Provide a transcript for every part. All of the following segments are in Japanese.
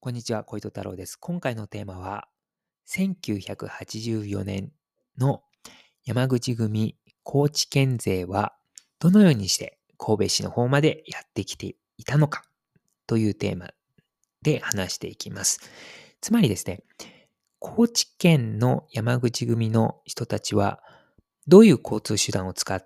こんにちは、小糸太郎です。今回のテーマは、1984年の山口組高知県勢はどのようにして神戸市の方までやってきていたのかというテーマで話していきます。つまりですね、高知県の山口組の人たちはどういう交通手段を使って、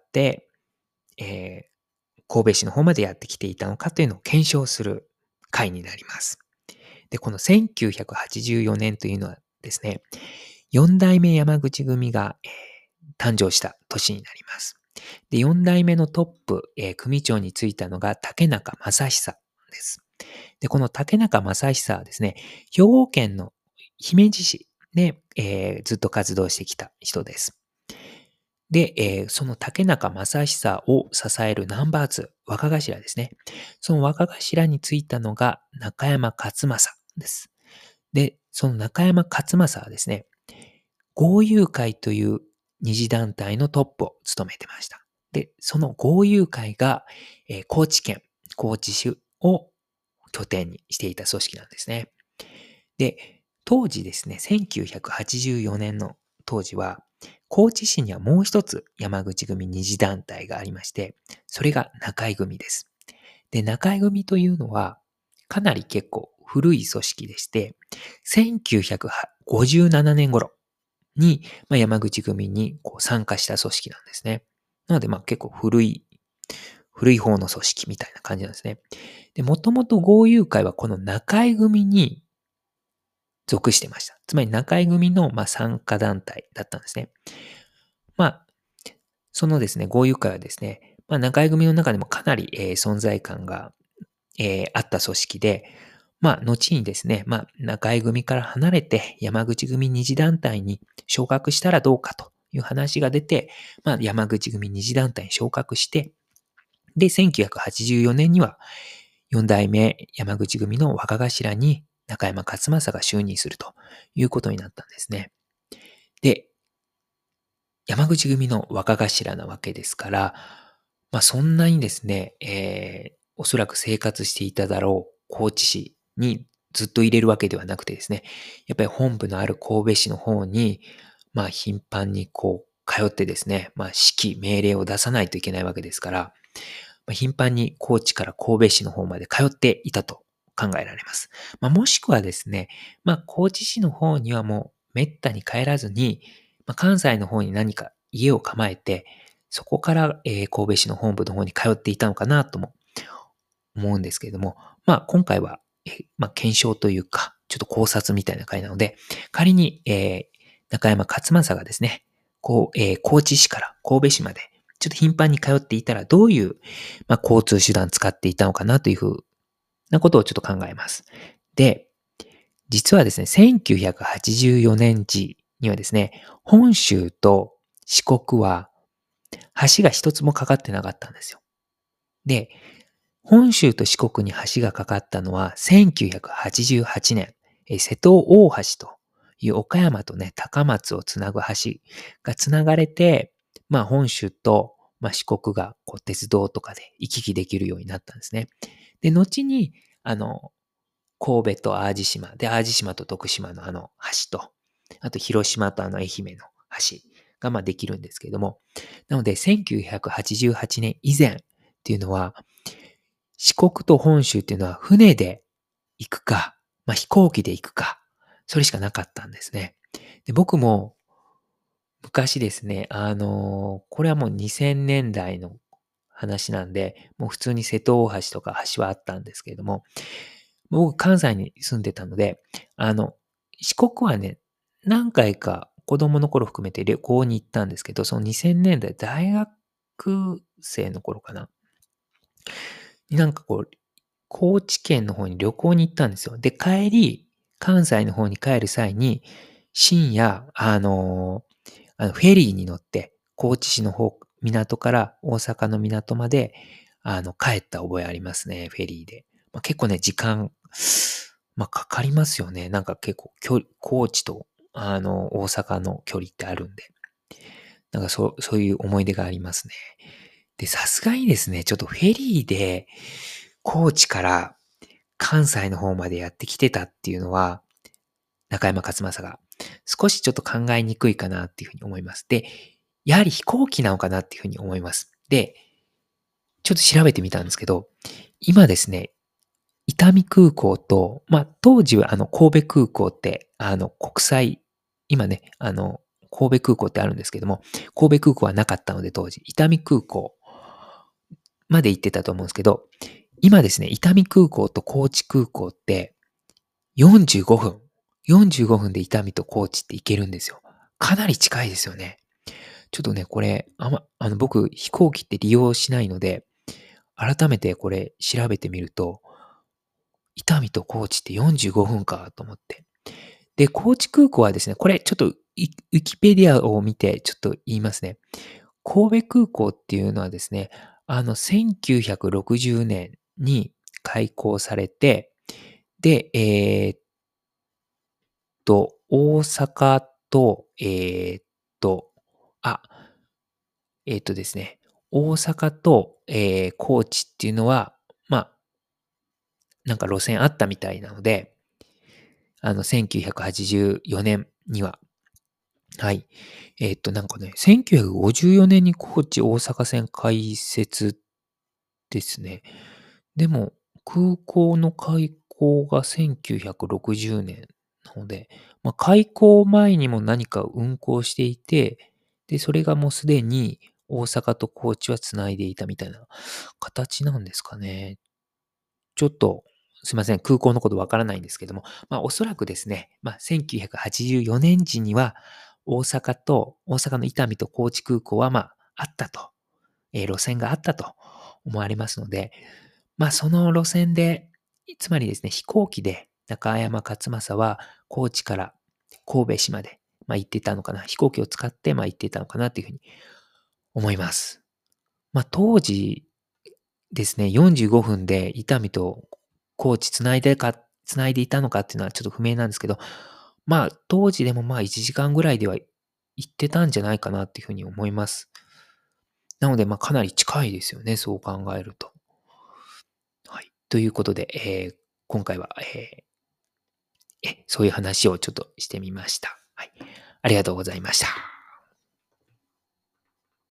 神戸市の方までやってきていたのかというのを検証する回になります。で、この1984年というのはですね、4代目山口組が、誕生した年になります。で、4代目のトップ、組長に就いたのが竹中正久です。で、この竹中正久はですね、兵庫県の姫路市で、ずっと活動してきた人です。で、その竹中正久を支えるナンバー2、若頭ですね。その若頭に就いたのが中山勝正です。で、その中山勝正はですね、豪遊会という二次団体のトップを務めてました。で、その豪遊会が、高知県、高知市を拠点にしていた組織なんですね。で、当時ですね、1984年の当時は、高知市にはもう一つ山口組二次団体がありまして、それが中井組です。で、中井組というのは、かなり結構古い組織でして、1957年頃に、山口組に参加した組織なんですね。なので、結構古い方の組織みたいな感じなんですね。で、もともと豪遊会はこの中井組に属してました。つまり中井組の参加団体だったんですね。まあ、そのですね、豪遊会はですね、中井組の中でもかなり、存在感が、あった組織で、後にですね、中井組から離れて山口組二次団体に昇格したらどうかという話が出て、山口組二次団体に昇格して、で、1984年には4代目山口組の若頭に中山勝正が就任するということになったんですね。で、山口組の若頭なわけですから、そんなにですね、おそらく生活していただろう高知市にずっと入れるわけではなくてですね、やっぱり本部のある神戸市の方に、頻繁に通ってですね、指揮、命令を出さないといけないわけですから、頻繁に高知から神戸市の方まで通っていたと考えられます。もしくはですね、高知市の方にはもう滅多に帰らずに、関西の方に何か家を構えて、そこから、神戸市の本部の方に通っていたのかなとも思うんですけれども、今回は、検証というか、ちょっと考察みたいな回なので、仮に、中山勝正がですね、高知市から神戸市まで、ちょっと頻繁に通っていたら、どういう、交通手段使っていたのかなというふうなことをちょっと考えます。で、実はですね、1984年時にはですね、本州と四国は橋が一つもかかってなかったんですよ。で、本州と四国に橋がかかったのは1988年、瀬戸大橋という岡山とね、高松をつなぐ橋がつながれて、本州と、四国が鉄道とかで行き来できるようになったんですね。で、後に、神戸と淡路島、で、淡路島と徳島の橋と、あと広島と愛媛の橋ができるんですけれども、なので1988年以前っていうのは、四国と本州っていうのは船で行くか、飛行機で行くか、それしかなかったんですね。で、僕も昔ですね、これはもう2000年代の話なんで、もう普通に瀬戸大橋とか橋はあったんですけれども、僕関西に住んでたので、四国はね、何回か子供の頃含めて旅行に行ったんですけど、その2000年代大学生の頃かな。に高知県の方に旅行に行ったんですよ。で、帰り、関西の方に帰る際に、深夜、フェリーに乗って、高知市の方、港から大阪の港まで、帰った覚えありますね、フェリーで。結構ね、時間、かかりますよね。結構、高知と、大阪の距離ってあるんで。そういう思い出がありますね。で、さすがにですね、ちょっとフェリーで、高知から関西の方までやってきてたっていうのは、中山勝正が、少しちょっと考えにくいかなっていうふうに思います。で、やはり飛行機なのかなっていうふうに思います。で、ちょっと調べてみたんですけど、今ですね、伊丹空港と、当時は神戸空港って、国際、今ね、神戸空港ってあるんですけども、神戸空港はなかったので当時、伊丹空港まで行ってたと思うんですけど、今ですね、伊丹空港と高知空港って45分。45分で伊丹と高知って行けるんですよ。かなり近いですよね。ちょっとね、これ、僕、飛行機って利用しないので、改めてこれ調べてみると、伊丹と高知って45分かと思って。で、高知空港はですね、これちょっとウィキペディアを見てちょっと言いますね。神戸空港っていうのはですね、1960年に開港されて、で、大阪と、と、あ、ですね、大阪と、高知っていうのは、なんか路線あったみたいなので、1984年には、はい。なんかね、1954年に高知大阪線開設ですね。でも、空港の開港が1960年なので、開港前にも何か運行していて、で、それがもうすでに大阪と高知は繋いでいたみたいな形なんですかね。ちょっと、すいません、空港のことわからないんですけども、おそらくですね、1984年時には、大阪の伊丹と高知空港は、あったと、路線があったと思われますので、その路線で、つまりですね、飛行機で中山勝正は高知から神戸市まで、行ってたのかな、飛行機を使って、行ってたのかなっていうふうに思います。当時ですね、45分で伊丹と高知繋いでいたのかっていうのはちょっと不明なんですけど、当時でも1時間ぐらいでは行ってたんじゃないかなっていうふうに思います。なので、かなり近いですよね、そう考えると。はい。ということで、今回は、そういう話をちょっとしてみました。はい。ありがとうございました。